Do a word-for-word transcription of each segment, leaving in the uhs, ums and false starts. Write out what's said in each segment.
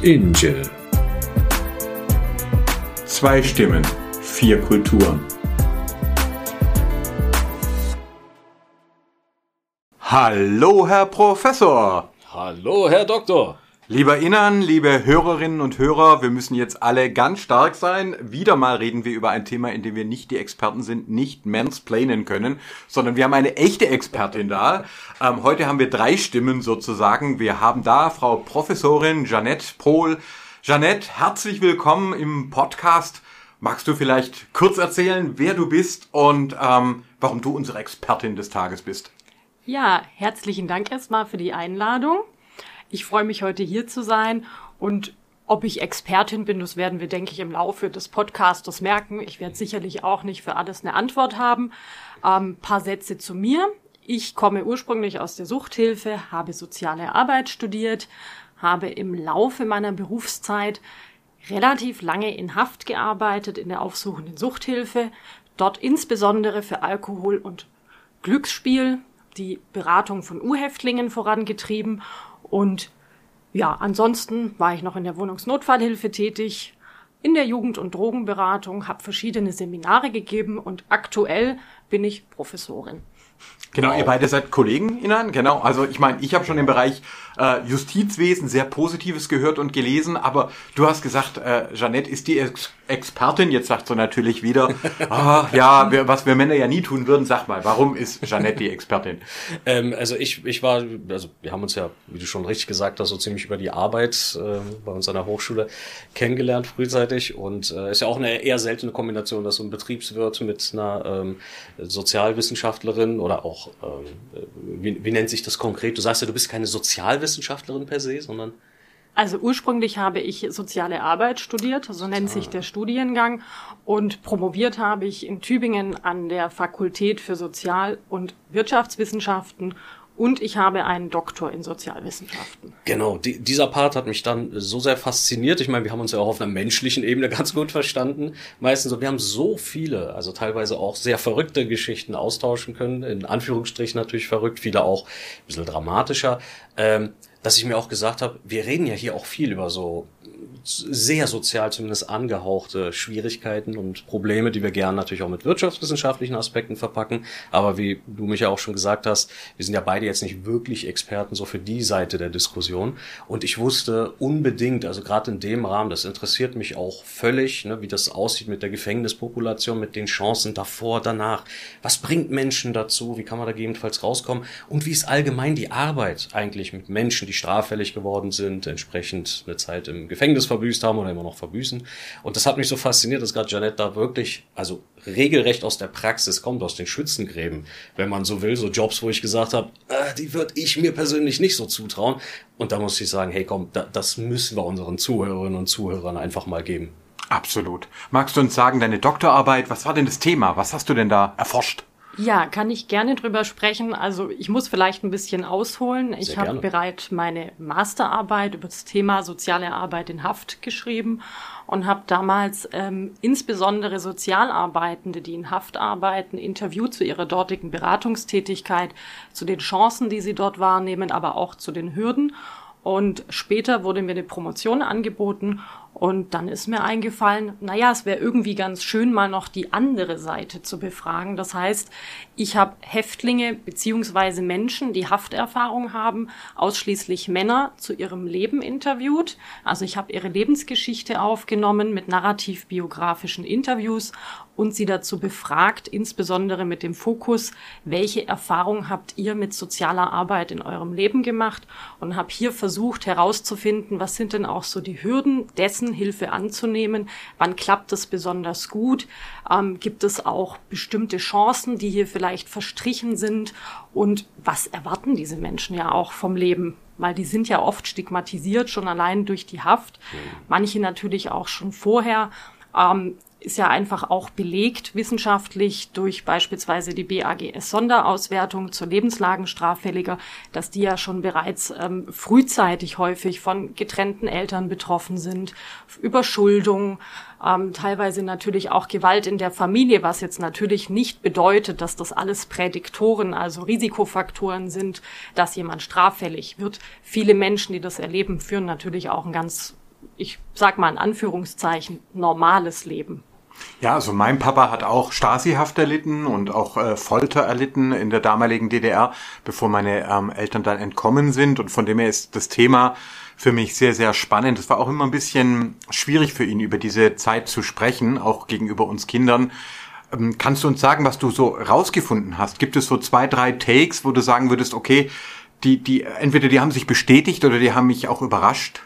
Angel. Zwei Stimmen, vier Kulturen. Hallo, Herr Professor. Hallo, Herr Doktor. Lieber Inan, liebe Hörerinnen und Hörer, wir müssen jetzt alle ganz stark sein. Wieder mal reden wir über ein Thema, in dem wir nicht die Experten sind, nicht mansplainen können, sondern wir haben eine echte Expertin da. Ähm, heute haben wir drei Stimmen sozusagen. Wir haben da Frau Professorin Jeanette Pohl. Jeanette, herzlich willkommen im Podcast. Magst du vielleicht kurz erzählen, wer du bist und ähm, warum du unsere Expertin des Tages bist? Ja, herzlichen Dank erstmal für die Einladung. Ich freue mich, heute hier zu sein, und ob ich Expertin bin, das werden wir, denke ich, im Laufe des Podcasts merken. Ich werde sicherlich auch nicht für alles eine Antwort haben. Ein ähm, paar Sätze zu mir. Ich komme ursprünglich aus der Suchthilfe, habe soziale Arbeit studiert, habe im Laufe meiner Berufszeit relativ lange in Haft gearbeitet, in der aufsuchenden Suchthilfe, dort insbesondere für Alkohol und Glücksspiel, die Beratung von U-Häftlingen vorangetrieben. Und ja, ansonsten war ich noch in der Wohnungsnotfallhilfe tätig, in der Jugend- und Drogenberatung, habe verschiedene Seminare gegeben und aktuell bin ich Professorin. Genau, wow. Ihr beide seid Kollegen, Inan, genau. Also ich meine, ich habe schon im Bereich äh, Justizwesen sehr Positives gehört und gelesen, aber du hast gesagt, äh, Jeanette ist die Ex- Expertin. Jetzt sagt sie natürlich wieder, ah, ja, wir, was wir Männer ja nie tun würden. Sag mal, warum ist Jeanette die Expertin? ähm, also ich ich war, also wir haben uns ja, wie du schon richtig gesagt hast, so ziemlich über die Arbeit äh, bei uns an der Hochschule kennengelernt frühzeitig, und äh, ist ja auch eine eher seltene Kombination, dass so ein Betriebswirt mit einer ähm, Sozialwissenschaftlerin oder auch, ähm, wie, wie nennt sich das konkret? Du sagst ja, du bist keine Sozialwissenschaftlerin per se, sondern... Also ursprünglich habe ich soziale Arbeit studiert, so nennt sich der Studiengang, und promoviert habe ich in Tübingen an der Fakultät für Sozial- und Wirtschaftswissenschaften, und ich habe einen Doktor in Sozialwissenschaften. Genau, die, dieser Part hat mich dann so sehr fasziniert. Ich meine, wir haben uns ja auch auf einer menschlichen Ebene ganz gut verstanden. Meistens so, wir haben so viele, also teilweise auch sehr verrückte Geschichten austauschen können. In Anführungsstrichen natürlich verrückt, viele auch ein bisschen dramatischer. Ähm, dass ich mir auch gesagt habe, wir reden ja hier auch viel über so sehr sozial zumindest angehauchte Schwierigkeiten und Probleme, die wir gerne natürlich auch mit wirtschaftswissenschaftlichen Aspekten verpacken. Aber wie du mich ja auch schon gesagt hast, wir sind ja beide jetzt nicht wirklich Experten so für die Seite der Diskussion. Und ich wusste unbedingt, also gerade in dem Rahmen, das interessiert mich auch völlig, ne, wie das aussieht mit der Gefängnispopulation, mit den Chancen davor, danach. Was bringt Menschen dazu? Wie kann man da gegebenenfalls rauskommen? Und wie ist allgemein die Arbeit eigentlich mit Menschen, die straffällig geworden sind, entsprechend eine Zeit im Gefängnis verbüßt haben oder immer noch verbüßen. Und das hat mich so fasziniert, dass gerade Jeanette da wirklich, also regelrecht aus der Praxis kommt, aus den Schützengräben, wenn man so will, so Jobs, wo ich gesagt habe, äh, die würde ich mir persönlich nicht so zutrauen. Und da muss ich sagen, hey komm, da, das müssen wir unseren Zuhörerinnen und Zuhörern einfach mal geben. Absolut. Magst du uns sagen, deine Doktorarbeit, was war denn das Thema? Was hast du denn da erforscht? Ja, kann ich gerne drüber sprechen. Also ich muss vielleicht ein bisschen ausholen. Ich habe bereits meine Masterarbeit über das Thema soziale Arbeit in Haft geschrieben und habe damals ähm, insbesondere Sozialarbeitende, die in Haft arbeiten, interviewt zu ihrer dortigen Beratungstätigkeit, zu den Chancen, die sie dort wahrnehmen, aber auch zu den Hürden. Und später wurde mir eine Promotion angeboten, und dann ist mir eingefallen, naja, es wäre irgendwie ganz schön, mal noch die andere Seite zu befragen. Das heißt, ich habe Häftlinge beziehungsweise Menschen, die Hafterfahrung haben, ausschließlich Männer, zu ihrem Leben interviewt. Also ich habe ihre Lebensgeschichte aufgenommen mit narrativ-biografischen Interviews und sie dazu befragt, insbesondere mit dem Fokus, welche Erfahrung habt ihr mit sozialer Arbeit in eurem Leben gemacht, und habe hier versucht herauszufinden, was sind denn auch so die Hürden dessen, Hilfe anzunehmen, wann klappt es besonders gut, ähm, gibt es auch bestimmte Chancen, die hier vielleicht verstrichen sind, und was erwarten diese Menschen ja auch vom Leben, weil die sind ja oft stigmatisiert, schon allein durch die Haft, manche natürlich auch schon vorher. Ähm, ist ja einfach auch belegt wissenschaftlich durch beispielsweise die B A G S-Sonderauswertung zur Lebenslagen Straffälliger, dass die ja schon bereits ähm, frühzeitig häufig von getrennten Eltern betroffen sind, Überschuldung, ähm, teilweise natürlich auch Gewalt in der Familie, was jetzt natürlich nicht bedeutet, dass das alles Prädiktoren, also Risikofaktoren sind, dass jemand straffällig wird. Viele Menschen, die das erleben, führen natürlich auch ein ganz ich sag mal in Anführungszeichen, normales Leben. Ja, also mein Papa hat auch Stasi-Haft erlitten und auch äh, Folter erlitten in der damaligen D D R, bevor meine ähm, Eltern dann entkommen sind. Und von dem her ist das Thema für mich sehr, sehr spannend. Es war auch immer ein bisschen schwierig für ihn, über diese Zeit zu sprechen, auch gegenüber uns Kindern. Ähm, kannst du uns sagen, was du so rausgefunden hast? Gibt es so zwei, drei Takes, wo du sagen würdest, okay, die, die, entweder die haben sich bestätigt oder die haben mich auch überrascht?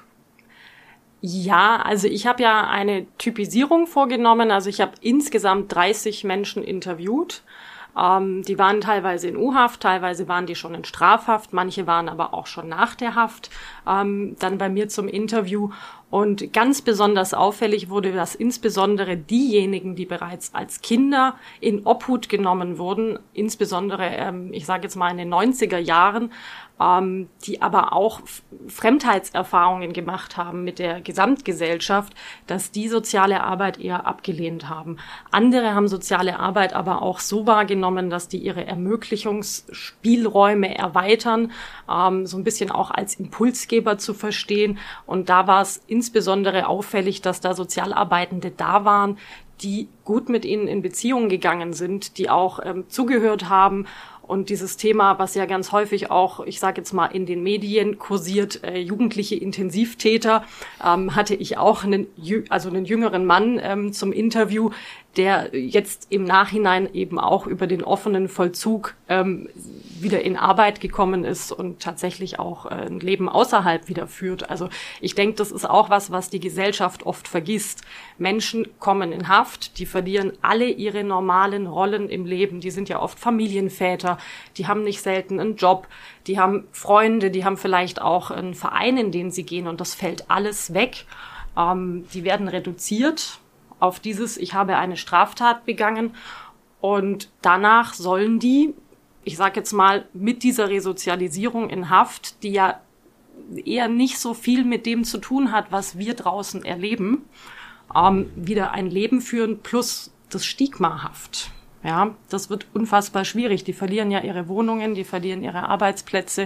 Ja, also ich habe ja eine Typisierung vorgenommen. Also ich habe insgesamt dreißig Menschen interviewt. Ähm, die waren teilweise in U-Haft, teilweise waren die schon in Strafhaft, manche waren aber auch schon nach der Haft ähm, dann bei mir zum Interview. Und ganz besonders auffällig wurde, dass insbesondere diejenigen, die bereits als Kinder in Obhut genommen wurden, insbesondere, ähm, ich sage jetzt mal in den neunziger Jahren, ähm, die aber auch Fremdheitserfahrungen gemacht haben mit der Gesamtgesellschaft, dass die soziale Arbeit eher abgelehnt haben. Andere haben soziale Arbeit aber auch so wahrgenommen, dass die ihre Ermöglichungsspielräume erweitern, ähm, so ein bisschen auch als Impulsgeber zu verstehen. Und da war es insbesondere auffällig, dass da Sozialarbeitende da waren, die gut mit ihnen in Beziehungen gegangen sind, die auch ähm, zugehört haben. Und dieses Thema, was ja ganz häufig auch, ich sage jetzt mal, in den Medien kursiert, äh, jugendliche Intensivtäter, ähm, hatte ich auch einen, also einen jüngeren Mann ähm, zum Interview, der jetzt im Nachhinein eben auch über den offenen Vollzug ähm, wieder in Arbeit gekommen ist und tatsächlich auch äh, ein Leben außerhalb wieder führt. Also ich denke, das ist auch was, was die Gesellschaft oft vergisst. Menschen kommen in Haft, die verlieren alle ihre normalen Rollen im Leben. Die sind ja oft Familienväter, die haben nicht selten einen Job, die haben Freunde, die haben vielleicht auch einen Verein, in den sie gehen, und das fällt alles weg. Ähm, die werden reduziert auf dieses, ich habe eine Straftat begangen, und danach sollen die, ich sage jetzt mal, mit dieser Resozialisierung in Haft, die ja eher nicht so viel mit dem zu tun hat, was wir draußen erleben, ähm, wieder ein Leben führen plus das Stigma Haft. Ja, das wird unfassbar schwierig. Die verlieren ja ihre Wohnungen, die verlieren ihre Arbeitsplätze.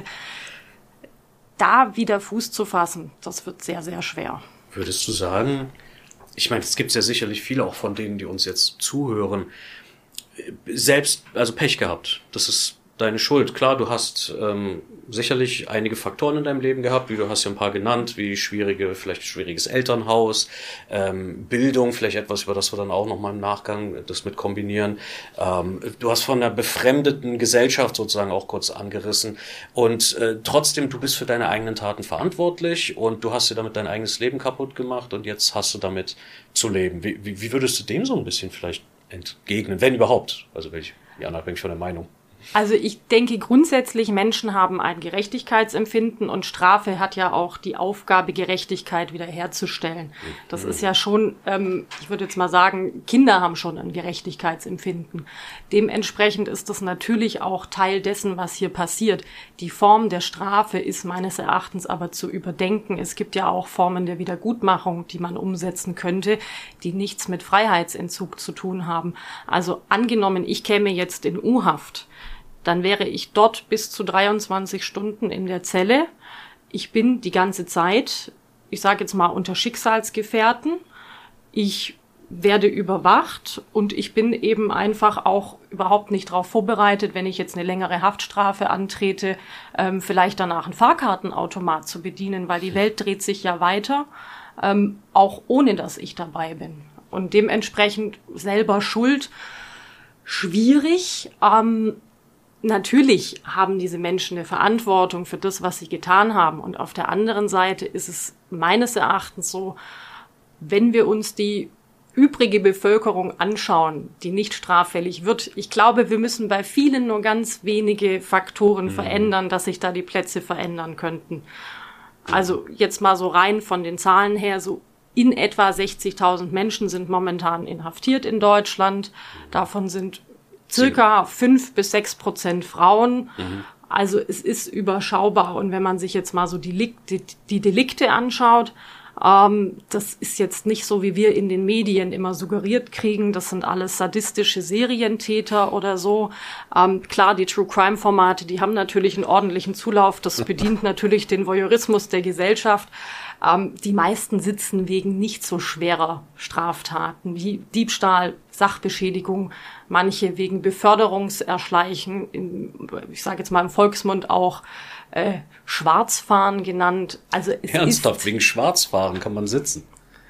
Da wieder Fuß zu fassen, das wird sehr, sehr schwer. Würdest du sagen, ich meine, es gibt ja sicherlich viele auch von denen, die uns jetzt zuhören, selbst, also Pech gehabt. Das ist deine Schuld. Klar, du hast ähm, sicherlich einige Faktoren in deinem Leben gehabt, wie du hast ja ein paar genannt, wie schwierige, vielleicht schwieriges Elternhaus, ähm, Bildung, vielleicht etwas, über das wir dann auch nochmal im Nachgang das mit kombinieren. Ähm, du hast von der befremdeten Gesellschaft sozusagen auch kurz angerissen, und äh, trotzdem, du bist für deine eigenen Taten verantwortlich und du hast dir damit dein eigenes Leben kaputt gemacht und jetzt hast du damit zu leben. Wie, wie, wie würdest du dem so ein bisschen vielleicht entgegnen, wenn überhaupt? Also bin ich, ja, unabhängig von der Meinung. Also ich denke grundsätzlich, Menschen haben ein Gerechtigkeitsempfinden, und Strafe hat ja auch die Aufgabe, Gerechtigkeit wiederherzustellen. Das ist ja schon, ähm, ich würde jetzt mal sagen, Kinder haben schon ein Gerechtigkeitsempfinden. Dementsprechend ist das natürlich auch Teil dessen, was hier passiert. Die Form der Strafe ist meines Erachtens aber zu überdenken. Es gibt ja auch Formen der Wiedergutmachung, die man umsetzen könnte, die nichts mit Freiheitsentzug zu tun haben. Also angenommen, ich käme jetzt in U-Haft, dann wäre ich dort bis zu dreiundzwanzig Stunden in der Zelle. Ich bin die ganze Zeit, ich sage jetzt mal, unter Schicksalsgefährten. Ich werde überwacht und ich bin eben einfach auch überhaupt nicht darauf vorbereitet, wenn ich jetzt eine längere Haftstrafe antrete, ähm, vielleicht danach einen Fahrkartenautomat zu bedienen, weil die Welt dreht sich ja weiter, ähm, auch ohne dass ich dabei bin. Und dementsprechend selber schuld, schwierig. Ähm, Natürlich haben diese Menschen eine Verantwortung für das, was sie getan haben. Und auf der anderen Seite ist es meines Erachtens so, wenn wir uns die übrige Bevölkerung anschauen, die nicht straffällig wird, ich glaube, wir müssen bei vielen nur ganz wenige Faktoren mhm. verändern, dass sich da die Plätze verändern könnten. Also jetzt mal so rein von den Zahlen her, so in etwa sechzigtausend Menschen sind momentan inhaftiert in Deutschland. Davon sind circa fünf bis sechs Prozent Frauen. Mhm. Also es ist überschaubar. Und wenn man sich jetzt mal so die, die, die Delikte anschaut, ähm, das ist jetzt nicht so, wie wir in den Medien immer suggeriert kriegen. Das sind alles sadistische Serientäter oder so. Ähm, klar, die True-Crime-Formate, die haben natürlich einen ordentlichen Zulauf. Das bedient natürlich den Voyeurismus der Gesellschaft. Ähm, die meisten sitzen wegen nicht so schwerer Straftaten wie Diebstahl, Sachbeschädigung, manche wegen Beförderungserschleichen, in, ich sage jetzt mal im Volksmund auch äh, Schwarzfahren genannt. Also es Ernsthaft, ist, wegen Schwarzfahren kann man sitzen?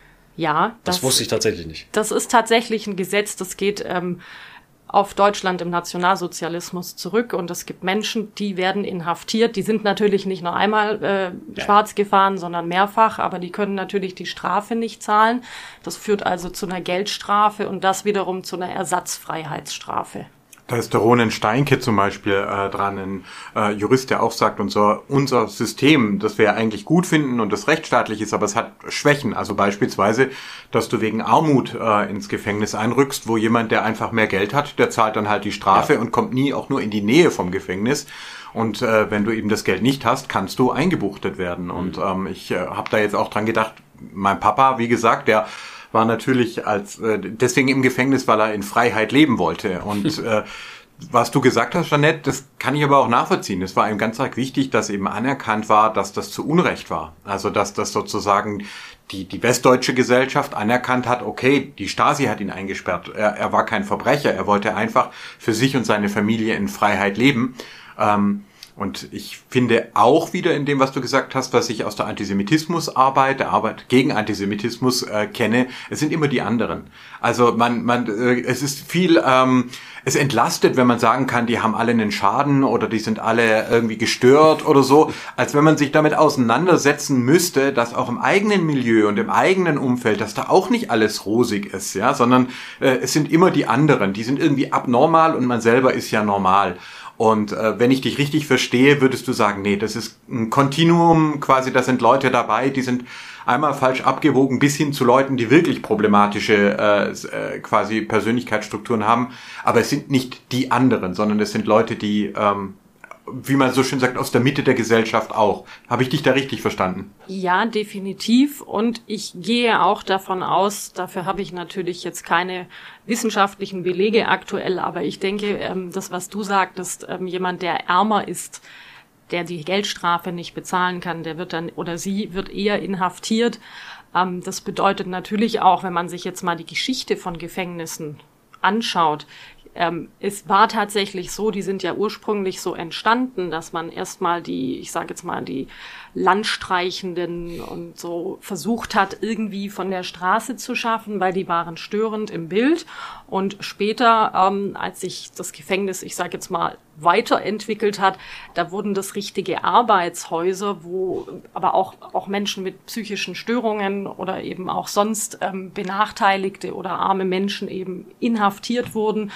Ja. Das, das wusste ich tatsächlich nicht. Das ist tatsächlich ein Gesetz, das geht ähm, auf Deutschland im Nationalsozialismus zurück und es gibt Menschen, die werden inhaftiert. Die sind natürlich nicht nur einmal äh, ja. schwarz gefahren, sondern mehrfach, aber die können natürlich die Strafe nicht zahlen. Das führt also zu einer Geldstrafe und das wiederum zu einer Ersatzfreiheitsstrafe. Da ist der Ronen Steinke zum Beispiel äh, dran, ein äh, Jurist, der auch sagt, unser, unser System, das wir eigentlich gut finden und das rechtsstaatlich ist, aber es hat Schwächen. Also beispielsweise, dass du wegen Armut äh, ins Gefängnis einrückst, wo jemand, der einfach mehr Geld hat, der zahlt dann halt die Strafe ja. und kommt nie auch nur in die Nähe vom Gefängnis. Und äh, wenn du eben das Geld nicht hast, kannst du eingebuchtet werden. Mhm. Und ähm, ich äh, habe da jetzt auch dran gedacht, mein Papa, wie gesagt, der war natürlich als äh, deswegen im Gefängnis, weil er in Freiheit leben wollte. Und äh, was du gesagt hast, Jeanette, das kann ich aber auch nachvollziehen. Es war ihm ganz arg wichtig, dass eben anerkannt war, dass das zu Unrecht war. Also dass das sozusagen die die westdeutsche Gesellschaft anerkannt hat, okay, die Stasi hat ihn eingesperrt. Er, er war kein Verbrecher. Er wollte einfach für sich und seine Familie in Freiheit leben. Ähm, Und ich finde auch wieder in dem, was du gesagt hast, was ich aus der Antisemitismusarbeit, der Arbeit gegen Antisemitismus äh, kenne, es sind immer die anderen. Also man, man, äh, es ist viel, ähm, es entlastet, wenn man sagen kann, die haben alle einen Schaden oder die sind alle irgendwie gestört oder so, als wenn man sich damit auseinandersetzen müsste, dass auch im eigenen Milieu und im eigenen Umfeld, dass da auch nicht alles rosig ist, ja, sondern äh, es sind immer die anderen, die sind irgendwie abnormal und man selber ist ja normal. Und äh, wenn ich dich richtig verstehe, würdest du sagen, nee, das ist ein Kontinuum quasi, da sind Leute dabei, die sind einmal falsch abgewogen bis hin zu Leuten, die wirklich problematische äh, quasi Persönlichkeitsstrukturen haben. Aber es sind nicht die anderen, sondern es sind Leute, die, ähm, wie man so schön sagt, aus der Mitte der Gesellschaft auch. Habe ich dich da richtig verstanden? Ja, definitiv. Und ich gehe auch davon aus, dafür habe ich natürlich jetzt keine wissenschaftlichen Belege aktuell, aber ich denke, ähm, das, was du sagtest, ähm, jemand, der ärmer ist, der die Geldstrafe nicht bezahlen kann, der wird dann oder sie wird eher inhaftiert. Ähm, das bedeutet natürlich auch, wenn man sich jetzt mal die Geschichte von Gefängnissen anschaut, Ähm, es war tatsächlich so, die sind ja ursprünglich so entstanden, dass man erstmal die, ich sage jetzt mal, die Landstreichenden und so versucht hat, irgendwie von der Straße zu schaffen, weil die waren störend im Bild. Und später, ähm, als sich das Gefängnis, ich sage jetzt mal, weiterentwickelt hat, da wurden das richtige Arbeitshäuser, wo aber auch auch Menschen mit psychischen Störungen oder eben auch sonst ähm, benachteiligte oder arme Menschen eben inhaftiert wurden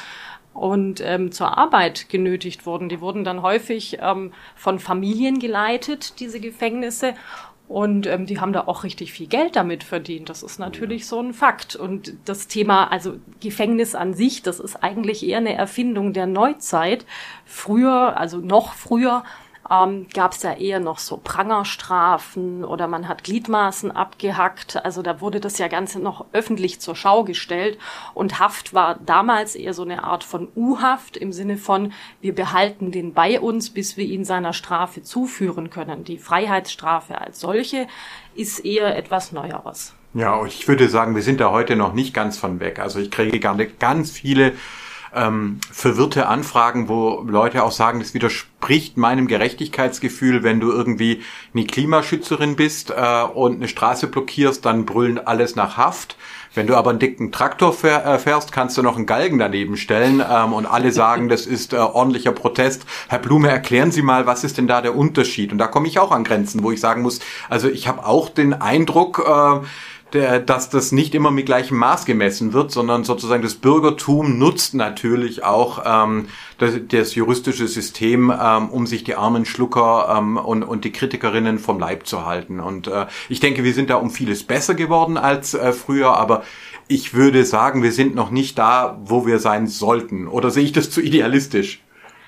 und ähm, zur Arbeit genötigt wurden. Die wurden dann häufig ähm, von Familien geleitet, diese Gefängnisse. Und ähm, die haben da auch richtig viel Geld damit verdient. Das ist natürlich so ein Fakt. Und das Thema, also Gefängnis an sich, das ist eigentlich eher eine Erfindung der Neuzeit. Früher, also noch früher, ähm, gab es ja eher noch so Prangerstrafen oder man hat Gliedmaßen abgehackt. Also da wurde das ja Ganze noch öffentlich zur Schau gestellt. Und Haft war damals eher so eine Art von U-Haft im Sinne von, wir behalten den bei uns, bis wir ihn seiner Strafe zuführen können. Die Freiheitsstrafe als solche ist eher etwas Neueres. Ja, und ich würde sagen, wir sind da heute noch nicht ganz von weg. Also ich kriege gar nicht ganz viele Ähm, verwirrte Anfragen, wo Leute auch sagen, das widerspricht meinem Gerechtigkeitsgefühl, wenn du irgendwie eine Klimaschützerin bist äh, und eine Straße blockierst, dann brüllen alles nach Haft. Wenn du aber einen dicken Traktor fährst, kannst du noch einen Galgen daneben stellen ähm, und alle sagen, das ist äh, ordentlicher Protest. Herr Blume, erklären Sie mal, was ist denn da der Unterschied? Und da komme ich auch an Grenzen, wo ich sagen muss, also ich habe auch den Eindruck, äh, Der, dass das nicht immer mit gleichem Maß gemessen wird, sondern sozusagen das Bürgertum nutzt natürlich auch ähm, das, das juristische System, ähm, um sich die armen Schlucker ähm, und, und die Kritikerinnen vom Leib zu halten. Und äh, ich denke, wir sind da um vieles besser geworden als äh, früher, aber ich würde sagen, wir sind noch nicht da, wo wir sein sollten. Oder sehe ich das zu idealistisch?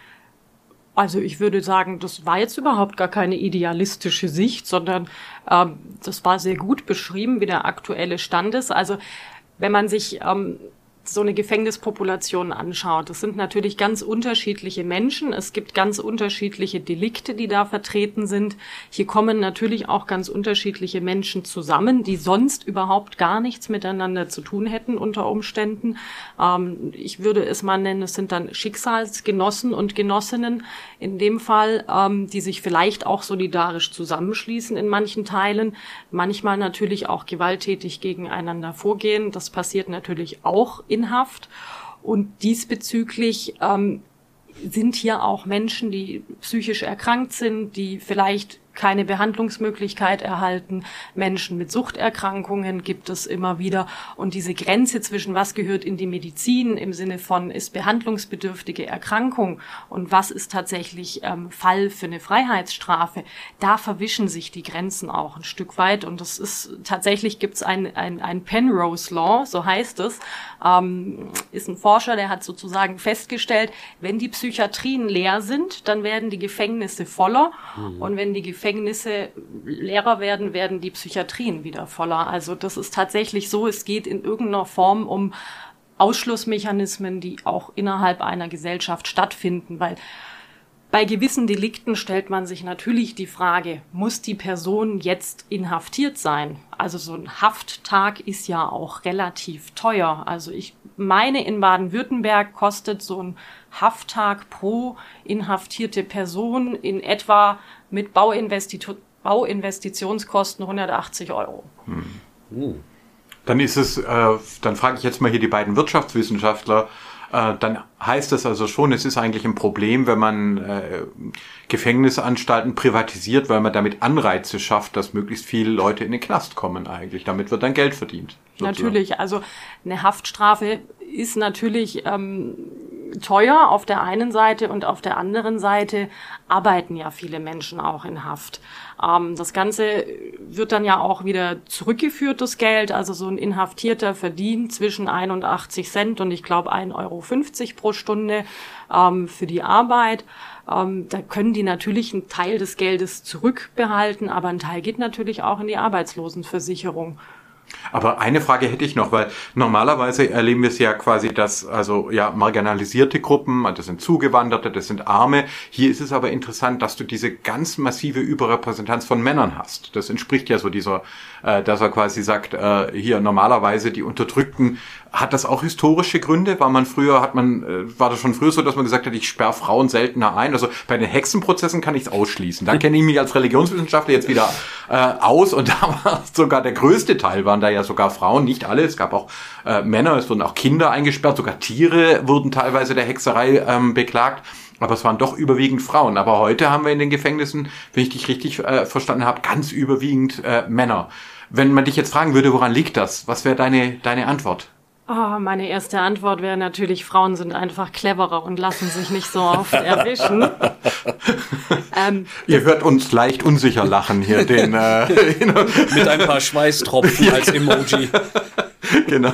Also ich würde sagen, das war jetzt überhaupt gar keine idealistische Sicht, sondern ähm, das war sehr gut beschrieben, wie der aktuelle Stand ist. Also wenn man sich ähm, so eine Gefängnispopulation anschaut, das sind natürlich ganz unterschiedliche Menschen. Es gibt ganz unterschiedliche Delikte, die da vertreten sind. Hier kommen natürlich auch ganz unterschiedliche Menschen zusammen, die sonst überhaupt gar nichts miteinander zu tun hätten unter Umständen. Ähm, ich würde es mal nennen, es sind dann Schicksalsgenossen und Genossinnen in dem Fall, ähm, die sich vielleicht auch solidarisch zusammenschließen in manchen Teilen, manchmal natürlich auch gewalttätig gegeneinander vorgehen. Das passiert natürlich auch in Haft. Und diesbezüglich ähm, sind hier auch Menschen, die psychisch erkrankt sind, die vielleicht keine Behandlungsmöglichkeit erhalten. Menschen mit Suchterkrankungen gibt es immer wieder. Und diese Grenze zwischen was gehört in die Medizin im Sinne von ist behandlungsbedürftige Erkrankung und was ist tatsächlich ähm, Fall für eine Freiheitsstrafe, da verwischen sich die Grenzen auch ein Stück weit. Und das ist tatsächlich gibt es ein, ein, ein Penrose Law, so heißt es, ähm, ist ein Forscher, der hat sozusagen festgestellt, wenn die Psychiatrien leer sind, dann werden die Gefängnisse voller. Mhm. Und wenn die Gefängnisse leerer werden, werden die Psychiatrien wieder voller. Also das ist tatsächlich so, es geht in irgendeiner Form um Ausschlussmechanismen, die auch innerhalb einer Gesellschaft stattfinden, weil bei gewissen Delikten stellt man sich natürlich die Frage, muss die Person jetzt inhaftiert sein? Also so ein Hafttag ist ja auch relativ teuer. Also ich meine, in Baden-Württemberg kostet so ein Hafttag pro inhaftierte Person in etwa mit Bauinvestitu- Bauinvestitionskosten hundertachtzig Euro. Hm. Hm. Dann ist es, äh, dann frage ich jetzt mal hier die beiden Wirtschaftswissenschaftler, äh, dann heißt das also schon, es ist eigentlich ein Problem, wenn man äh, Gefängnisanstalten privatisiert, weil man damit Anreize schafft, dass möglichst viele Leute in den Knast kommen eigentlich. Damit wird dann Geld verdient. Sozusagen. Natürlich, also eine Haftstrafe ist natürlich ähm, teuer auf der einen Seite und auf der anderen Seite arbeiten ja viele Menschen auch in Haft. Ähm, das Ganze wird dann ja auch wieder zurückgeführt, das Geld. Also so ein Inhaftierter verdient zwischen einundachtzig Cent und ich glaube ein Euro fünfzig pro Stunde ähm, für die Arbeit. Ähm, da können die natürlich einen Teil des Geldes zurückbehalten, aber ein Teil geht natürlich auch in die Arbeitslosenversicherung. Aber eine Frage hätte ich noch, weil normalerweise erleben wir es ja quasi, dass also ja marginalisierte Gruppen, das sind Zugewanderte, das sind Arme. Hier ist es aber interessant, dass du diese ganz massive Überrepräsentanz von Männern hast. Das entspricht ja so dieser, äh, dass er quasi sagt, äh, hier normalerweise die Unterdrückten. Hat das auch historische Gründe? War man früher, hat man, äh, war das schon früher so, dass man gesagt hat, ich sperre Frauen seltener ein? Also bei den Hexenprozessen kann ich es ausschließen. Da kenne ich mich als Religionswissenschaftler jetzt wieder äh, aus und da war sogar der größte Teil, waren da ja sogar Frauen, nicht alle. Es gab auch äh, Männer, es wurden auch Kinder eingesperrt, sogar Tiere wurden teilweise der Hexerei ähm, beklagt. Aber es waren doch überwiegend Frauen. Aber heute haben wir in den Gefängnissen, wenn ich dich richtig äh, verstanden habe, ganz überwiegend äh, Männer. Wenn man dich jetzt fragen würde, woran liegt das? Was wäre deine deine Antwort? Oh, meine erste Antwort wäre natürlich, Frauen sind einfach cleverer und lassen sich nicht so oft erwischen. ähm, Ihr hört uns leicht unsicher lachen hier. Den äh, mit ein paar Schweißtropfen als Emoji. Genau.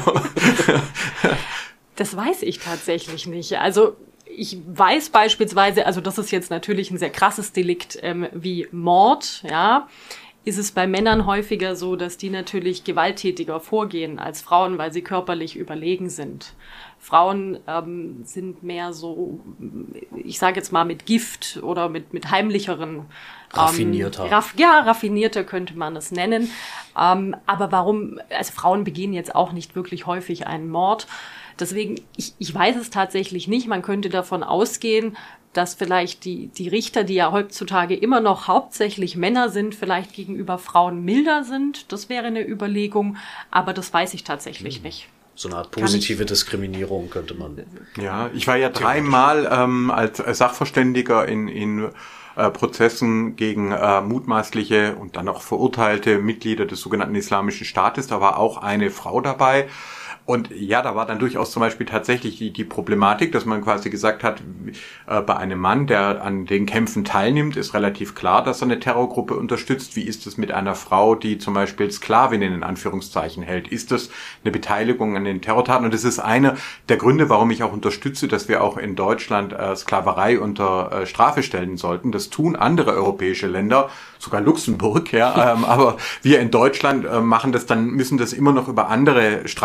Das weiß ich tatsächlich nicht. Also ich weiß beispielsweise, also das ist jetzt natürlich ein sehr krasses Delikt ähm, wie Mord, ja, ist es bei Männern häufiger so, dass die natürlich gewalttätiger vorgehen als Frauen, weil sie körperlich überlegen sind. Frauen ähm, sind mehr so, ich sage jetzt mal mit Gift oder mit mit heimlicheren ähm, raffinierter. Raff, ja, raffinierter könnte man es nennen. Ähm, aber warum? Also Frauen begehen jetzt auch nicht wirklich häufig einen Mord. Deswegen, ich, ich weiß es tatsächlich nicht. Man könnte davon ausgehen, dass vielleicht die, die Richter, die ja heutzutage immer noch hauptsächlich Männer sind, vielleicht gegenüber Frauen milder sind. Das wäre eine Überlegung, aber das weiß ich tatsächlich nicht. So eine Art positive Diskriminierung könnte man. Ja, ich war ja dreimal ähm, als Sachverständiger in, in äh, Prozessen gegen äh, mutmaßliche und dann auch verurteilte Mitglieder des sogenannten Islamischen Staates. Da war auch eine Frau dabei. Und ja, da war dann durchaus zum Beispiel tatsächlich die, die Problematik, dass man quasi gesagt hat, äh, bei einem Mann, der an den Kämpfen teilnimmt, ist relativ klar, dass er eine Terrorgruppe unterstützt. Wie ist es mit einer Frau, die zum Beispiel Sklavinnen in Anführungszeichen hält? Ist das eine Beteiligung an den Terrortaten? Und das ist einer der Gründe, warum ich auch unterstütze, dass wir auch in Deutschland äh, Sklaverei unter äh, Strafe stellen sollten. Das tun andere europäische Länder, sogar Luxemburg, ja. ähm, aber wir in Deutschland äh, machen das dann, müssen das immer noch über andere Straftatbestände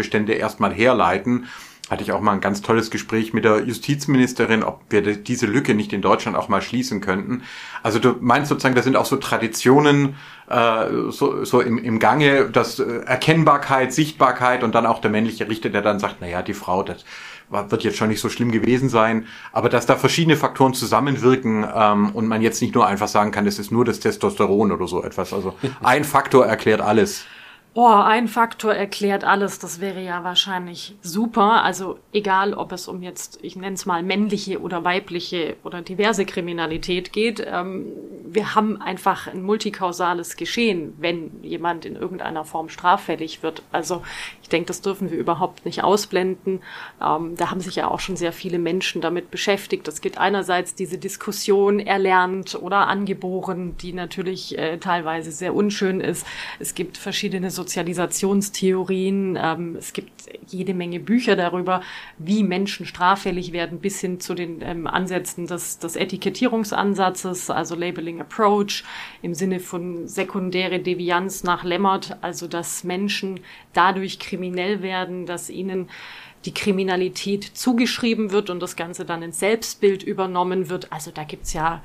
Straftatbestände erstmal herleiten. Hatte ich auch mal ein ganz tolles Gespräch mit der Justizministerin, ob wir diese Lücke nicht in Deutschland auch mal schließen könnten. Also du meinst sozusagen, da sind auch so Traditionen äh, so, so im, im Gange, dass äh, Erkennbarkeit, Sichtbarkeit und dann auch der männliche Richter, der dann sagt, naja, die Frau, das wird jetzt schon nicht so schlimm gewesen sein, aber dass da verschiedene Faktoren zusammenwirken ähm, und man jetzt nicht nur einfach sagen kann, es ist nur das Testosteron oder so etwas. Also ein Faktor erklärt alles. Oh, ein Faktor erklärt alles, das wäre ja wahrscheinlich super. Also egal, ob es um jetzt, ich nenne es mal männliche oder weibliche oder diverse Kriminalität geht. Ähm, wir haben einfach ein multikausales Geschehen, wenn jemand in irgendeiner Form straffällig wird. Also ich denke, das dürfen wir überhaupt nicht ausblenden. Ähm, da haben sich ja auch schon sehr viele Menschen damit beschäftigt. Es gibt einerseits diese Diskussion erlernt oder angeboren, die natürlich äh, teilweise sehr unschön ist. Es gibt verschiedene Sozialisationstheorien. Ähm, es gibt jede Menge Bücher darüber, wie Menschen straffällig werden, bis hin zu den ähm, Ansätzen des, des Etikettierungsansatzes, also Labeling Approach, im Sinne von sekundäre Devianz nach Lemmert, also dass Menschen dadurch kriminell werden, dass ihnen die Kriminalität zugeschrieben wird und das Ganze dann ins Selbstbild übernommen wird. Also da gibt's ja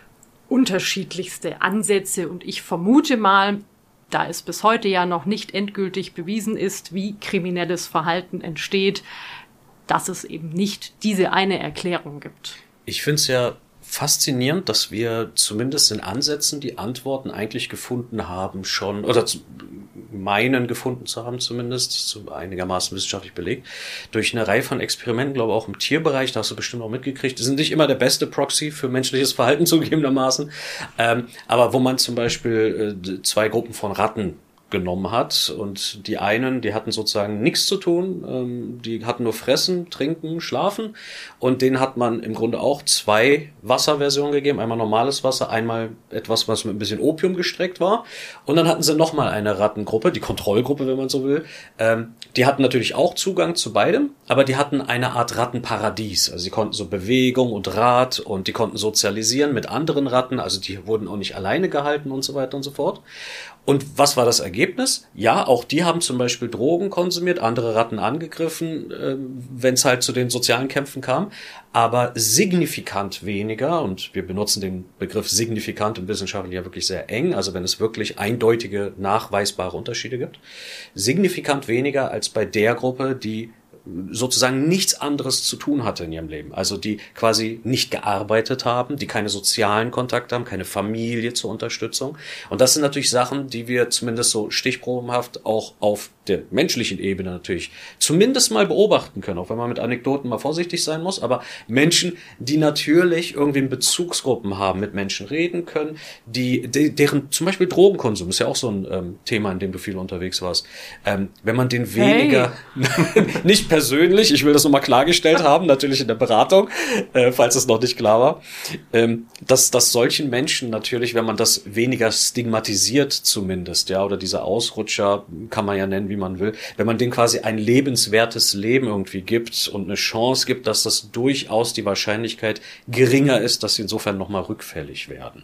unterschiedlichste Ansätze und ich vermute mal, da es bis heute ja noch nicht endgültig bewiesen ist, wie kriminelles Verhalten entsteht, dass es eben nicht diese eine Erklärung gibt. Ich finde es ja faszinierend, dass wir zumindest in Ansätzen die Antworten eigentlich gefunden haben schon, oder zu, meinen gefunden zu haben zumindest, zu einigermaßen wissenschaftlich belegt, durch eine Reihe von Experimenten, glaube ich auch im Tierbereich, da hast du bestimmt auch mitgekriegt, die sind nicht immer der beste Proxy für menschliches Verhalten zugegebenermaßen, ähm, aber wo man zum Beispiel äh, zwei Gruppen von Ratten genommen hat und die einen, die hatten sozusagen nichts zu tun, ähm, die hatten nur fressen, trinken, schlafen und denen hat man im Grunde auch zwei Wasserversionen gegeben, einmal normales Wasser, einmal etwas, was mit ein bisschen Opium gestreckt war und dann hatten sie nochmal eine Rattengruppe, die Kontrollgruppe, wenn man so will, ähm, die hatten natürlich auch Zugang zu beidem, aber die hatten eine Art Rattenparadies, also sie konnten so Bewegung und Rat und die konnten sozialisieren mit anderen Ratten, also die wurden auch nicht alleine gehalten und so weiter und so fort. Und was war das Ergebnis? Ja, auch die haben zum Beispiel Drogen konsumiert, andere Ratten angegriffen, äh, wenn es halt zu den sozialen Kämpfen kam, aber signifikant weniger, und wir benutzen den Begriff signifikant im Wissenschaftlichen ja wirklich sehr eng, also wenn es wirklich eindeutige, nachweisbare Unterschiede gibt, signifikant weniger als bei der Gruppe, die sozusagen nichts anderes zu tun hatte in ihrem Leben. Also die quasi nicht gearbeitet haben, die keine sozialen Kontakte haben, keine Familie zur Unterstützung. Und das sind natürlich Sachen, die wir zumindest so stichprobenhaft auch auf der menschlichen Ebene natürlich zumindest mal beobachten können, auch wenn man mit Anekdoten mal vorsichtig sein muss. Aber Menschen, die natürlich irgendwie in Bezugsgruppen haben, mit Menschen reden können, die, die deren zum Beispiel Drogenkonsum ist ja auch so ein ähm, Thema, in dem du viel unterwegs warst. Ähm, wenn man den weniger, hey. nicht persönlich, ich will das nochmal klargestellt haben, natürlich in der Beratung, äh, falls es noch nicht klar war, ähm, dass, dass solchen Menschen natürlich, wenn man das weniger stigmatisiert zumindest, ja, oder diese Ausrutscher, kann man ja nennen, wie man will, wenn man denen quasi ein lebenswertes Leben irgendwie gibt und eine Chance gibt, dass das durchaus die Wahrscheinlichkeit geringer ist, dass sie insofern nochmal rückfällig werden.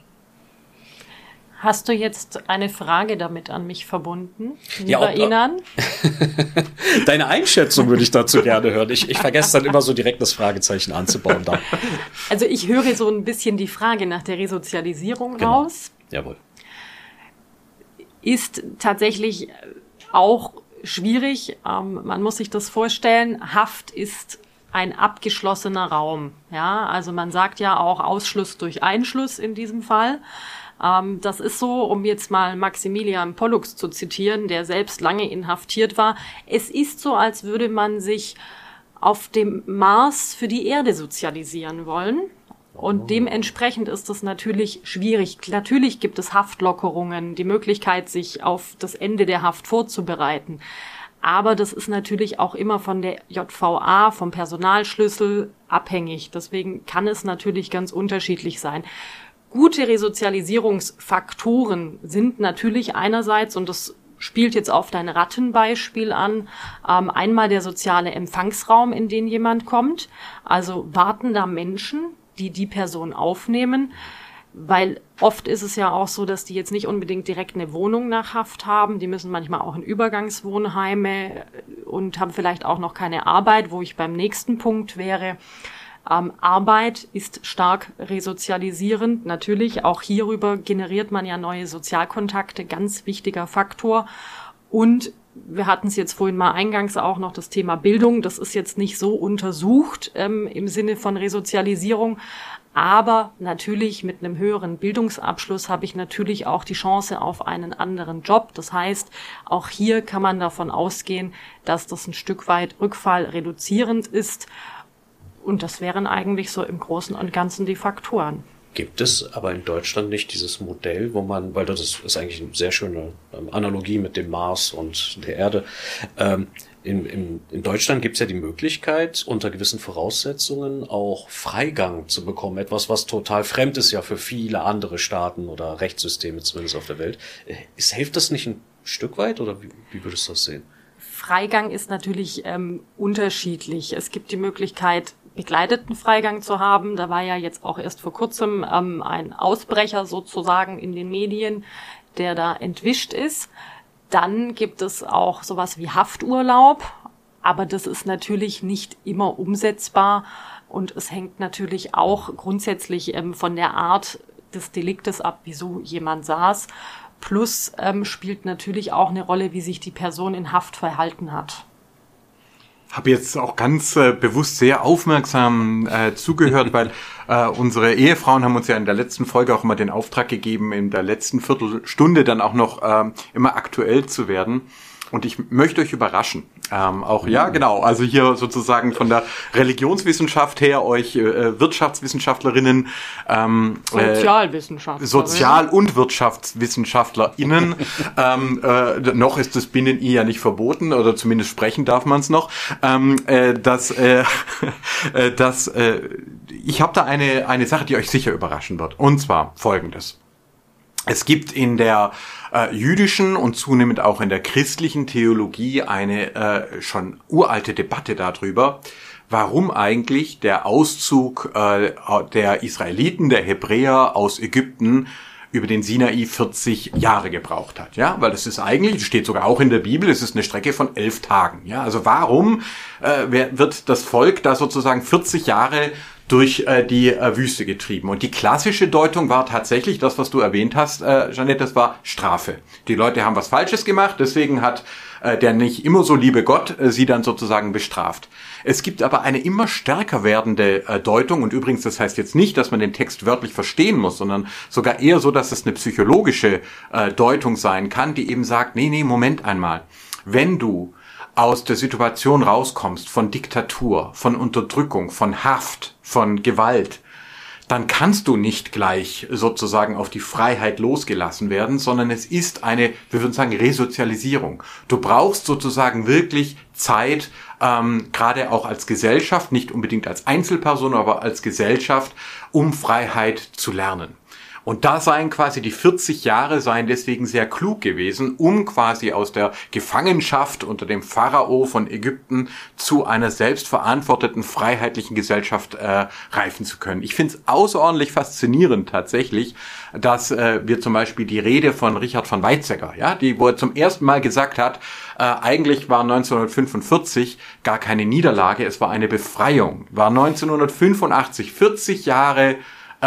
Hast du jetzt eine Frage damit an mich verbunden, lieber ja, ob, Inan? Deine Einschätzung würde ich dazu gerne hören. Ich, ich vergesse dann immer so direkt das Fragezeichen anzubauen. Da. Also ich höre so ein bisschen die Frage nach der Resozialisierung genau. raus. Jawohl. Ist tatsächlich auch schwierig. Ähm, man muss sich das vorstellen. Haft ist ein abgeschlossener Raum. Ja, also man sagt ja auch Ausschluss durch Einschluss in diesem Fall. Ähm, das ist so, um jetzt mal Maximilian Pollux zu zitieren, der selbst lange inhaftiert war. Es ist so, als würde man sich auf dem Mars für die Erde sozialisieren wollen. Und dementsprechend ist es natürlich schwierig. Natürlich gibt es Haftlockerungen, die Möglichkeit, sich auf das Ende der Haft vorzubereiten. Aber das ist natürlich auch immer von der J V A, vom Personalschlüssel abhängig. Deswegen kann es natürlich ganz unterschiedlich sein. Gute Resozialisierungsfaktoren sind natürlich einerseits, und das spielt jetzt auf dein Rattenbeispiel an, ähm, einmal der soziale Empfangsraum, in den jemand kommt, also wartender Menschen, die die Person aufnehmen, weil oft ist es ja auch so, dass die jetzt nicht unbedingt direkt eine Wohnung nach Haft haben, die müssen manchmal auch in Übergangswohnheime und haben vielleicht auch noch keine Arbeit, wo ich beim nächsten Punkt wäre. Ähm, Arbeit ist stark resozialisierend. Natürlich, auch hierüber generiert man ja neue Sozialkontakte, ganz wichtiger Faktor. Und wir hatten es jetzt vorhin mal eingangs auch noch, das Thema Bildung. Das ist jetzt nicht so untersucht ähm, im Sinne von Resozialisierung. Aber natürlich mit einem höheren Bildungsabschluss habe ich natürlich auch die Chance auf einen anderen Job. Das heißt, auch hier kann man davon ausgehen, dass das ein Stück weit rückfallreduzierend ist. Und das wären eigentlich so im Großen und Ganzen die Faktoren. Gibt es aber in Deutschland nicht dieses Modell, wo man, weil das ist eigentlich eine sehr schöne Analogie mit dem Mars und der Erde, ähm, In, in, in Deutschland gibt es ja die Möglichkeit, unter gewissen Voraussetzungen auch Freigang zu bekommen. Etwas, was total fremd ist ja für viele andere Staaten oder Rechtssysteme zumindest auf der Welt. Ist, hilft das nicht ein Stück weit oder wie, wie würdest du das sehen? Freigang ist natürlich ähm, unterschiedlich. Es gibt die Möglichkeit, begleiteten Freigang zu haben. Da war ja jetzt auch erst vor kurzem ähm, ein Ausbrecher sozusagen in den Medien, der da entwischt ist. Dann gibt es auch sowas wie Hafturlaub, aber das ist natürlich nicht immer umsetzbar und es hängt natürlich auch grundsätzlich ähm, von der Art des Deliktes ab, wieso jemand saß. Plus ähm, spielt natürlich auch eine Rolle, wie sich die Person in Haft verhalten hat. Habe jetzt auch ganz äh, bewusst sehr aufmerksam äh, zugehört, weil äh, unsere Ehefrauen haben uns ja in der letzten Folge auch immer den Auftrag gegeben, in der letzten Viertelstunde dann auch noch äh, immer aktuell zu werden. Und ich möchte euch überraschen. Ähm, auch, ja, genau, also hier sozusagen von der Religionswissenschaft her euch äh, Wirtschaftswissenschaftlerinnen, ähm, Sozialwissenschaftler. Äh, Sozial- und WirtschaftswissenschaftlerInnen. ähm, äh, noch ist das Binnen-I ja nicht verboten, oder zumindest sprechen darf man es noch. Ähm, äh, dass, äh, äh, dass, äh, ich habe da eine, eine Sache, die euch sicher überraschen wird. Und zwar Folgendes. Es gibt in der äh, jüdischen und zunehmend auch in der christlichen Theologie eine äh, schon uralte Debatte darüber, warum eigentlich der Auszug äh, der Israeliten, der Hebräer aus Ägypten über den Sinai vierzig Jahre gebraucht hat, ja, weil das ist eigentlich, das steht sogar auch in der Bibel, es ist eine Strecke von elf Tagen, ja, also warum äh, wird das Volk da sozusagen vierzig Jahre durch äh, die äh, Wüste getrieben? Und die klassische Deutung war tatsächlich das, was du erwähnt hast, äh, Jeanette, das war Strafe. Die Leute haben was Falsches gemacht, deswegen hat äh, der nicht immer so liebe Gott äh, sie dann sozusagen bestraft. Es gibt aber eine immer stärker werdende äh, Deutung, und übrigens, das heißt jetzt nicht, dass man den Text wörtlich verstehen muss, sondern sogar eher so, dass es eine psychologische äh, Deutung sein kann, die eben sagt, nee, nee, Moment einmal, wenn du aus der Situation rauskommst von Diktatur, von Unterdrückung, von Haft, von Gewalt, dann kannst du nicht gleich sozusagen auf die Freiheit losgelassen werden, sondern es ist eine, wir würden sagen, Resozialisierung. Du brauchst sozusagen wirklich Zeit, ähm, gerade auch als Gesellschaft, nicht unbedingt als Einzelperson, aber als Gesellschaft, um Freiheit zu lernen. Und da seien quasi die vierzig Jahre seien deswegen sehr klug gewesen, um quasi aus der Gefangenschaft unter dem Pharao von Ägypten zu einer selbstverantworteten, freiheitlichen Gesellschaft äh, reifen zu können. Ich finde es außerordentlich faszinierend tatsächlich, dass äh, wir zum Beispiel die Rede von Richard von Weizsäcker, ja, die, wo er zum ersten Mal gesagt hat, äh, eigentlich war neunzehnhundertfünfundvierzig gar keine Niederlage, es war eine Befreiung. War neunzehnhundertfünfundachtzig, vierzig Jahre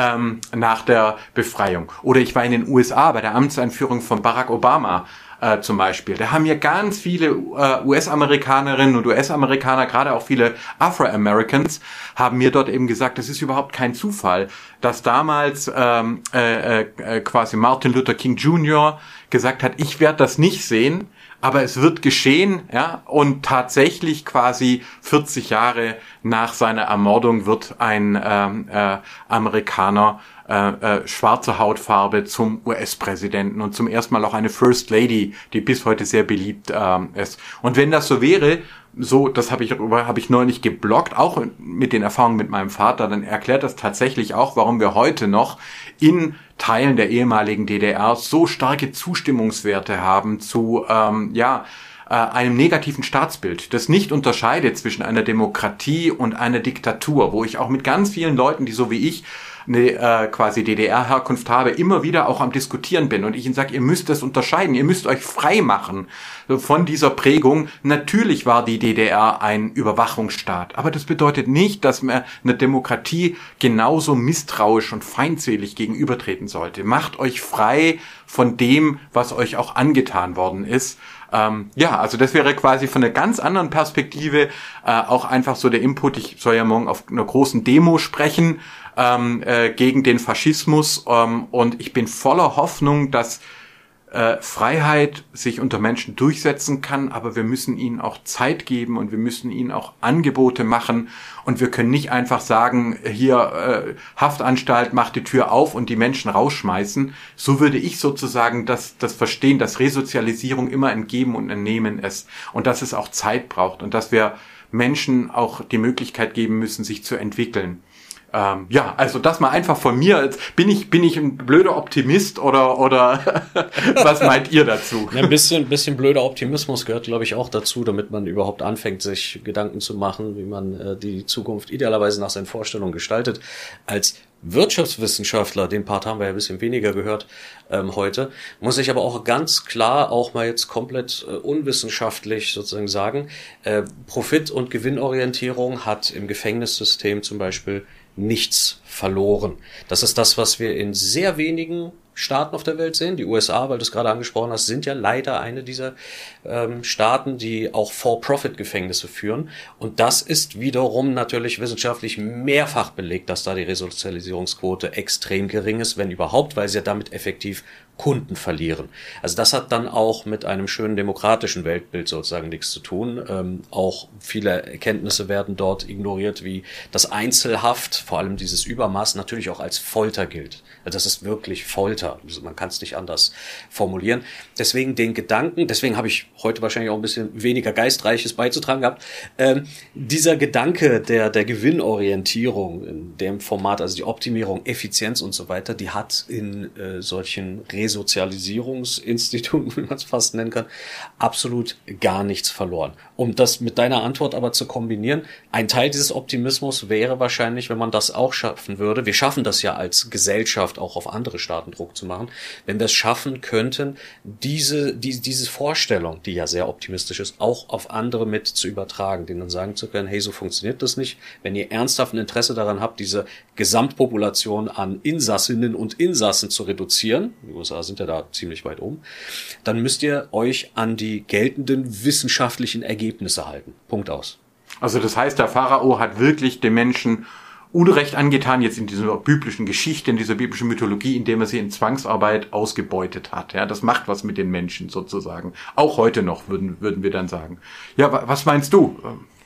nach der Befreiung. Oder ich war in den U S A bei der Amtseinführung von Barack Obama äh, zum Beispiel. Da haben mir ganz viele äh, U S-Amerikanerinnen und U S-Amerikaner, gerade auch viele Afro-Americans, haben mir dort eben gesagt, es ist überhaupt kein Zufall, dass damals ähm, äh, äh, quasi Martin Luther King Junior gesagt hat, ich werde das nicht sehen, aber es wird geschehen, ja, und tatsächlich quasi vierzig Jahre nach seiner Ermordung wird ein ähm, äh, Amerikaner äh, äh, schwarzer Hautfarbe zum U S-Präsidenten und zum ersten Mal auch eine First Lady, die bis heute sehr beliebt ähm, ist. Und wenn das so wäre, so, das habe ich habe ich neulich gebloggt, auch mit den Erfahrungen mit meinem Vater, dann erklärt das tatsächlich auch, warum wir heute noch in Teilen der ehemaligen D D R so starke Zustimmungswerte haben zu ähm, ja äh, einem negativen Staatsbild, das nicht unterscheidet zwischen einer Demokratie und einer Diktatur, wo ich auch mit ganz vielen Leuten, die so wie ich eine äh, quasi D D R-Herkunft habe, immer wieder auch am Diskutieren bin und ich ihnen sage, ihr müsst das unterscheiden, ihr müsst euch frei machen von dieser Prägung. Natürlich war die D D R ein Überwachungsstaat, aber das bedeutet nicht, dass man einer Demokratie genauso misstrauisch und feindselig gegenübertreten sollte. Macht euch frei von dem, was euch auch angetan worden ist. Ähm, ja, also das wäre quasi von einer ganz anderen Perspektive äh, auch einfach so der Input. Ich soll ja morgen auf einer großen Demo sprechen ähm, äh, gegen den Faschismus ähm, und ich bin voller Hoffnung, dass äh, Freiheit sich unter Menschen durchsetzen kann, aber wir müssen ihnen auch Zeit geben und wir müssen ihnen auch Angebote machen und wir können nicht einfach sagen, hier äh, Haftanstalt, macht die Tür auf und die Menschen rausschmeißen. So würde ich sozusagen das, das verstehen, dass Resozialisierung immer ein Geben und ein Nehmen ist und dass es auch Zeit braucht und dass wir Menschen auch die Möglichkeit geben müssen, sich zu entwickeln. Ähm, ja, also das mal einfach von mir. Jetzt bin ich bin ich ein blöder Optimist oder oder was meint ihr dazu? Ja, ein bisschen ein bisschen blöder Optimismus gehört, glaube ich, auch dazu, damit man überhaupt anfängt, sich Gedanken zu machen, wie man äh, die Zukunft idealerweise nach seinen Vorstellungen gestaltet. Als Wirtschaftswissenschaftler, den Part haben wir ja ein bisschen weniger gehört ähm, heute, muss ich aber auch ganz klar auch mal jetzt komplett äh, unwissenschaftlich sozusagen sagen, äh, Profit- und Gewinnorientierung hat im Gefängnissystem zum Beispiel nichts verloren. Das ist das, was wir in sehr wenigen Staaten auf der Welt sehen. Die U S A, weil du es gerade angesprochen hast, sind ja leider eine dieser ähm, Staaten, die auch For-Profit-Gefängnisse führen. Und das ist wiederum natürlich wissenschaftlich mehrfach belegt, dass da die Resozialisierungsquote extrem gering ist, wenn überhaupt, weil sie ja damit effektiv Kunden verlieren. Also das hat dann auch mit einem schönen demokratischen Weltbild sozusagen nichts zu tun. Ähm, auch viele Erkenntnisse werden dort ignoriert, wie das Einzelhaft, vor allem dieses Übermaß, natürlich auch als Folter gilt. Also das ist wirklich Folter. Also man kann es nicht anders formulieren. Deswegen den Gedanken, deswegen habe ich heute wahrscheinlich auch ein bisschen weniger Geistreiches beizutragen gehabt. Ähm, dieser Gedanke der, der Gewinnorientierung in dem Format, also die Optimierung, Effizienz und so weiter, die hat in äh, solchen Resozialisierungsinstituten, wie man es fast nennen kann, absolut gar nichts verloren. Um das mit deiner Antwort aber zu kombinieren, ein Teil dieses Optimismus wäre wahrscheinlich, wenn man das auch schaffen würde, wir schaffen das ja als Gesellschaft auch auf andere Staaten Druck zu machen, wenn wir es schaffen könnten, diese, die, diese Vorstellung, die ja sehr optimistisch ist, auch auf andere mit zu übertragen, denen dann sagen zu können, hey, so funktioniert das nicht. Wenn ihr ernsthaft ein Interesse daran habt, diese Gesamtpopulation an Insassinnen und Insassen zu reduzieren, die U S A sind ja da ziemlich weit oben, dann müsst ihr euch an die geltenden wissenschaftlichen Ergebnisse halten. Punkt aus. Also das heißt, der Pharao hat wirklich den Menschen Unrecht angetan, jetzt in dieser biblischen Geschichte, in dieser biblischen Mythologie, indem er sie in Zwangsarbeit ausgebeutet hat. Ja, das macht was mit den Menschen sozusagen. Auch heute noch, würden, würden wir dann sagen. Ja, was meinst du?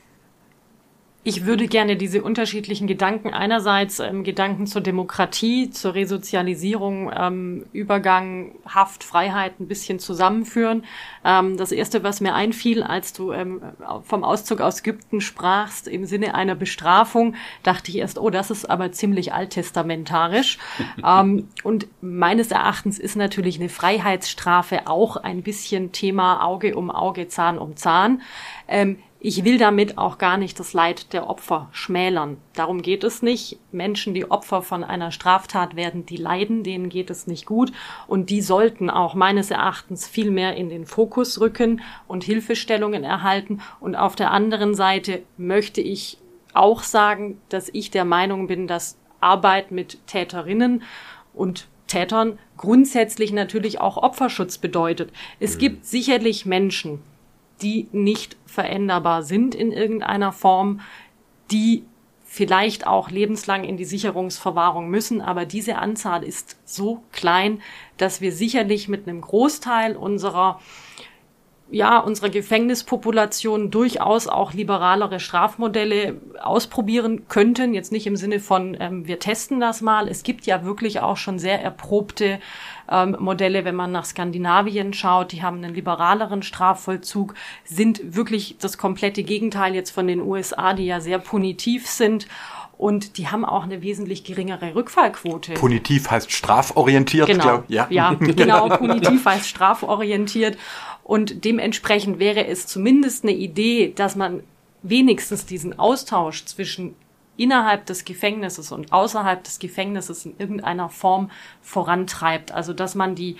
Ich würde gerne diese unterschiedlichen Gedanken, einerseits ähm, Gedanken zur Demokratie, zur Resozialisierung, ähm, Übergang, Haft, Freiheit ein bisschen zusammenführen. Ähm, das Erste, was mir einfiel, als du ähm, vom Auszug aus Ägypten sprachst, im Sinne einer Bestrafung, dachte ich erst, oh, das ist aber ziemlich alttestamentarisch. ähm, und meines Erachtens ist natürlich eine Freiheitsstrafe auch ein bisschen Thema Auge um Auge, Zahn um Zahn. Ähm, Ich will damit auch gar nicht das Leid der Opfer schmälern. Darum geht es nicht. Menschen, die Opfer von einer Straftat werden, die leiden, denen geht es nicht gut. Und die sollten auch meines Erachtens viel mehr in den Fokus rücken und Hilfestellungen erhalten. Und auf der anderen Seite möchte ich auch sagen, dass ich der Meinung bin, dass Arbeit mit Täterinnen und Tätern grundsätzlich natürlich auch Opferschutz bedeutet. Es mhm. gibt sicherlich Menschen, die nicht veränderbar sind in irgendeiner Form, die vielleicht auch lebenslang in die Sicherungsverwahrung müssen. Aber diese Anzahl ist so klein, dass wir sicherlich mit einem Großteil unserer, ja, unserer Gefängnispopulation durchaus auch liberalere Strafmodelle ausprobieren könnten. Jetzt nicht im Sinne von, ähm, wir testen das mal. Es gibt ja wirklich auch schon sehr erprobte ähm, Modelle, wenn man nach Skandinavien schaut. Die haben einen liberaleren Strafvollzug, sind wirklich das komplette Gegenteil jetzt von den U S A, die ja sehr punitiv sind. Und die haben auch eine wesentlich geringere Rückfallquote. Punitiv heißt straforientiert, genau. glaub, ja. Ja, genau, punitiv heißt straforientiert. Und dementsprechend wäre es zumindest eine Idee, dass man wenigstens diesen Austausch zwischen innerhalb des Gefängnisses und außerhalb des Gefängnisses in irgendeiner Form vorantreibt. Also dass man die,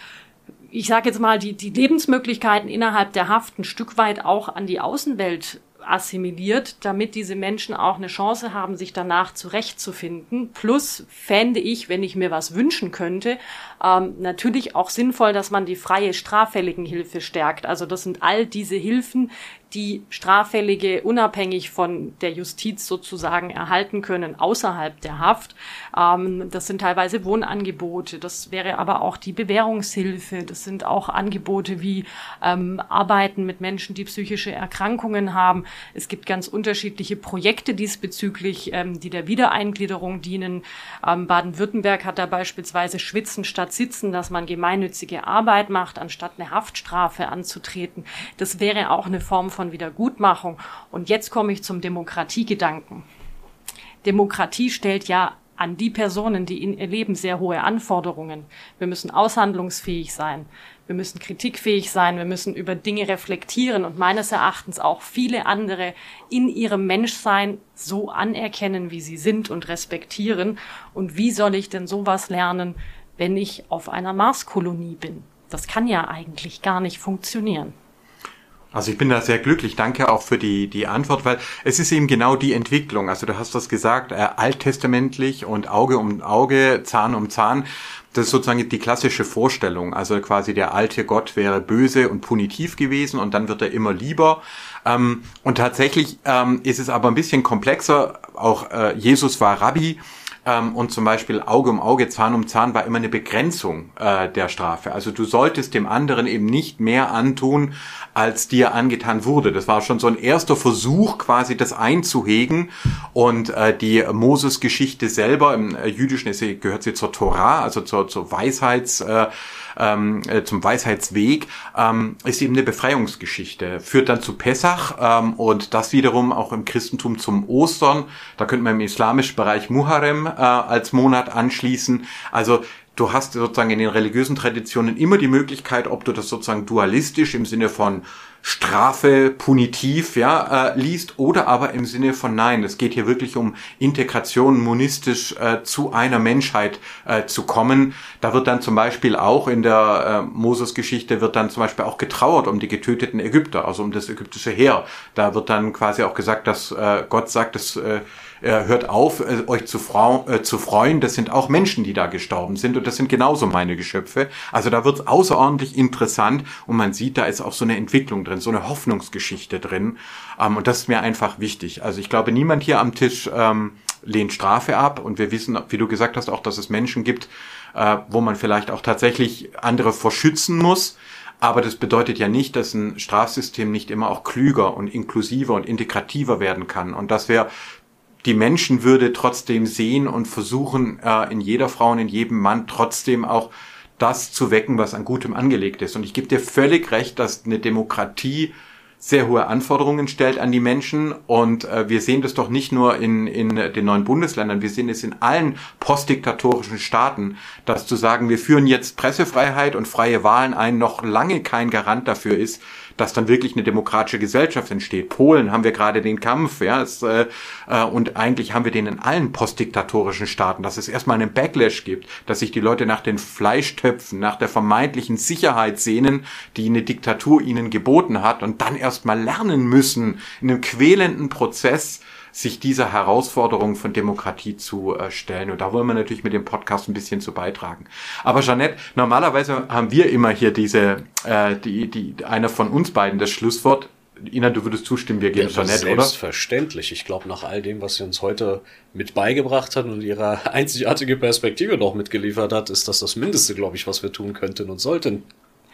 ich sage jetzt mal, die, die Lebensmöglichkeiten innerhalb der Haft ein Stück weit auch an die Außenwelt assimiliert, damit diese Menschen auch eine Chance haben, sich danach zurechtzufinden. Plus fände ich, wenn ich mir was wünschen könnte, ähm, natürlich auch sinnvoll, dass man die freie Straffälligenhilfe stärkt. Also das sind all diese Hilfen, die Straffällige unabhängig von der Justiz sozusagen erhalten können, außerhalb der Haft. Ähm, das sind teilweise Wohnangebote, das wäre aber auch die Bewährungshilfe, das sind auch Angebote wie ähm, Arbeiten mit Menschen, die psychische Erkrankungen haben. Es gibt ganz unterschiedliche Projekte diesbezüglich, ähm, die der Wiedereingliederung dienen. Ähm, Baden-Württemberg hat da beispielsweise Schwitzen statt Sitzen, dass man gemeinnützige Arbeit macht, anstatt eine Haftstrafe anzutreten. Das wäre auch eine Form von Wiedergutmachung. Und jetzt komme ich zum Demokratiegedanken. Demokratie stellt ja an die Personen, die in ihr Leben sehr hohe Anforderungen. Wir müssen aushandlungsfähig sein, wir müssen kritikfähig sein, wir müssen über Dinge reflektieren und meines Erachtens auch viele andere in ihrem Menschsein so anerkennen, wie sie sind und respektieren. Und wie soll ich denn sowas lernen, wenn ich auf einer Marskolonie bin? Das kann ja eigentlich gar nicht funktionieren. Also ich bin da sehr glücklich. Danke auch für die die Antwort, weil es ist eben genau die Entwicklung. Also du hast das gesagt, äh, alttestamentlich und Auge um Auge, Zahn um Zahn. Das ist sozusagen die klassische Vorstellung. Also quasi der alte Gott wäre böse und punitiv gewesen und dann wird er immer lieber. Ähm, und tatsächlich ähm, ist es aber ein bisschen komplexer. Auch äh, Jesus war Rabbi. Ähm, und zum Beispiel Auge um Auge, Zahn um Zahn war immer eine Begrenzung äh, der Strafe. Also du solltest dem anderen eben nicht mehr antun, als dir angetan wurde. Das war schon so ein erster Versuch, quasi das einzuhegen. Und äh, die Moses-Geschichte selber, im äh, Jüdischen ist sie, gehört sie zur Torah, also zur, zur Weisheits... Äh, Ähm, äh, zum Weisheitsweg, ähm, ist eben eine Befreiungsgeschichte. Führt dann zu Pessach ähm, und das wiederum auch im Christentum zum Ostern. Da könnte man im islamischen Bereich Muharrem äh, als Monat anschließen. Also du hast sozusagen in den religiösen Traditionen immer die Möglichkeit, ob du das sozusagen dualistisch im Sinne von Strafe, punitiv, ja, äh, liest oder aber im Sinne von nein, es geht hier wirklich um Integration, monistisch äh, zu einer Menschheit äh, zu kommen. Da wird dann zum Beispiel auch in der äh, Moses-Geschichte wird dann zum Beispiel auch getrauert um die getöteten Ägypter, also um das ägyptische Heer. Da wird dann quasi auch gesagt, dass äh, Gott sagt, dass äh, hört auf, äh, euch zu, frau, äh, zu freuen. Das sind auch Menschen, die da gestorben sind und das sind genauso meine Geschöpfe. Also da wird es außerordentlich interessant und man sieht, da ist auch so eine Entwicklung drin, so eine Hoffnungsgeschichte drin. Ähm, und das ist mir einfach wichtig. Also ich glaube, niemand hier am Tisch ähm, lehnt Strafe ab und wir wissen, wie du gesagt hast, auch, dass es Menschen gibt, äh, wo man vielleicht auch tatsächlich andere vor schützen muss. Aber das bedeutet ja nicht, dass ein Strafsystem nicht immer auch klüger und inklusiver und integrativer werden kann und dass wir die Menschenwürde trotzdem sehen und versuchen, äh, in jeder Frau und in jedem Mann trotzdem auch das zu wecken, was an Gutem angelegt ist. Und ich gebe dir völlig recht, dass eine Demokratie sehr hohe Anforderungen stellt an die Menschen. Und äh, wir sehen das doch nicht nur in, in den neuen Bundesländern, wir sehen es in allen postdiktatorischen Staaten, dass zu sagen, wir führen jetzt Pressefreiheit und freie Wahlen ein, noch lange kein Garant dafür ist, dass dann wirklich eine demokratische Gesellschaft entsteht. Polen haben wir gerade den Kampf, ja, es, äh, äh, und eigentlich haben wir den in allen postdiktatorischen Staaten, dass es erstmal einen Backlash gibt, dass sich die Leute nach den Fleischtöpfen, nach der vermeintlichen Sicherheit sehnen, die eine Diktatur ihnen geboten hat und dann erstmal lernen müssen, in einem quälenden Prozess sich dieser Herausforderung von Demokratie zu äh, stellen. Und da wollen wir natürlich mit dem Podcast ein bisschen zu beitragen. Aber Jeanette, normalerweise haben wir immer hier diese, äh, die, die, einer von uns beiden das Schlusswort. Ina, du würdest zustimmen, wir gehen ja, Jeanette, oder? Selbstverständlich. Ich glaube, nach all dem, was sie uns heute mit beigebracht hat und ihre einzigartige Perspektive noch mitgeliefert hat, ist das das Mindeste, glaube ich, was wir tun könnten und sollten.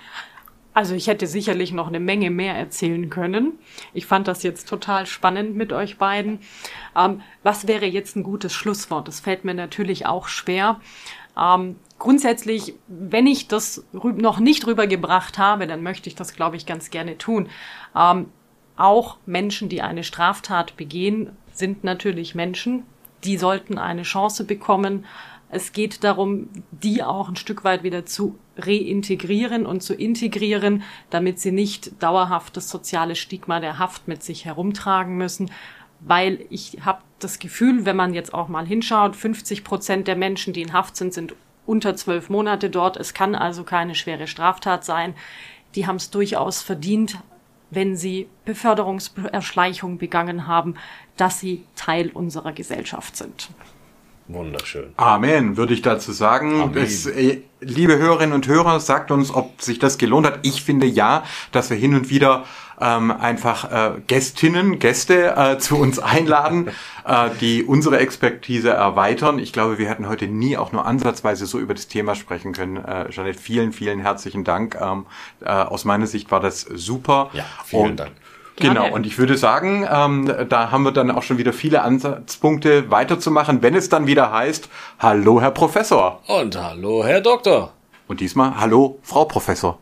Also ich hätte sicherlich noch eine Menge mehr erzählen können. Ich fand das jetzt total spannend mit euch beiden. Ähm, was wäre jetzt ein gutes Schlusswort? Das fällt mir natürlich auch schwer. Ähm, grundsätzlich, wenn ich das noch nicht rübergebracht habe, dann möchte ich das, glaube ich, ganz gerne tun. Ähm, auch Menschen, die eine Straftat begehen, sind natürlich Menschen. Die sollten eine Chance bekommen, Es geht darum, die auch ein Stück weit wieder zu reintegrieren und zu integrieren, damit sie nicht dauerhaft das soziale Stigma der Haft mit sich herumtragen müssen. Weil ich habe das Gefühl, wenn man jetzt auch mal hinschaut, fünfzig Prozent der Menschen, die in Haft sind, sind unter zwölf Monate dort. Es kann also keine schwere Straftat sein. Die haben es durchaus verdient, wenn sie Beförderungserschleichung begangen haben, dass sie Teil unserer Gesellschaft sind. Wunderschön. Amen, würde ich dazu sagen. Es, äh, liebe Hörerinnen und Hörer, sagt uns, ob sich das gelohnt hat. Ich finde ja, dass wir hin und wieder ähm, einfach äh, Gästinnen, Gäste äh, zu uns einladen, äh, die unsere Expertise erweitern. Ich glaube, wir hätten heute nie auch nur ansatzweise so über das Thema sprechen können. Äh, Jeanette, vielen, vielen herzlichen Dank. Ähm, äh, aus meiner Sicht war das super. Ja, vielen und Dank. Genau, und ich würde sagen, ähm, da haben wir dann auch schon wieder viele Ansatzpunkte weiterzumachen, wenn es dann wieder heißt, hallo Herr Professor. Und hallo Herr Doktor. Und diesmal, hallo Frau Professor.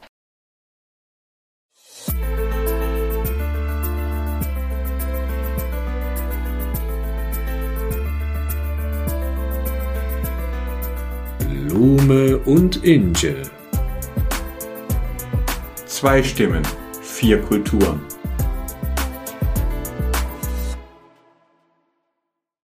Blume und Inge. Zwei Stimmen, vier Kulturen.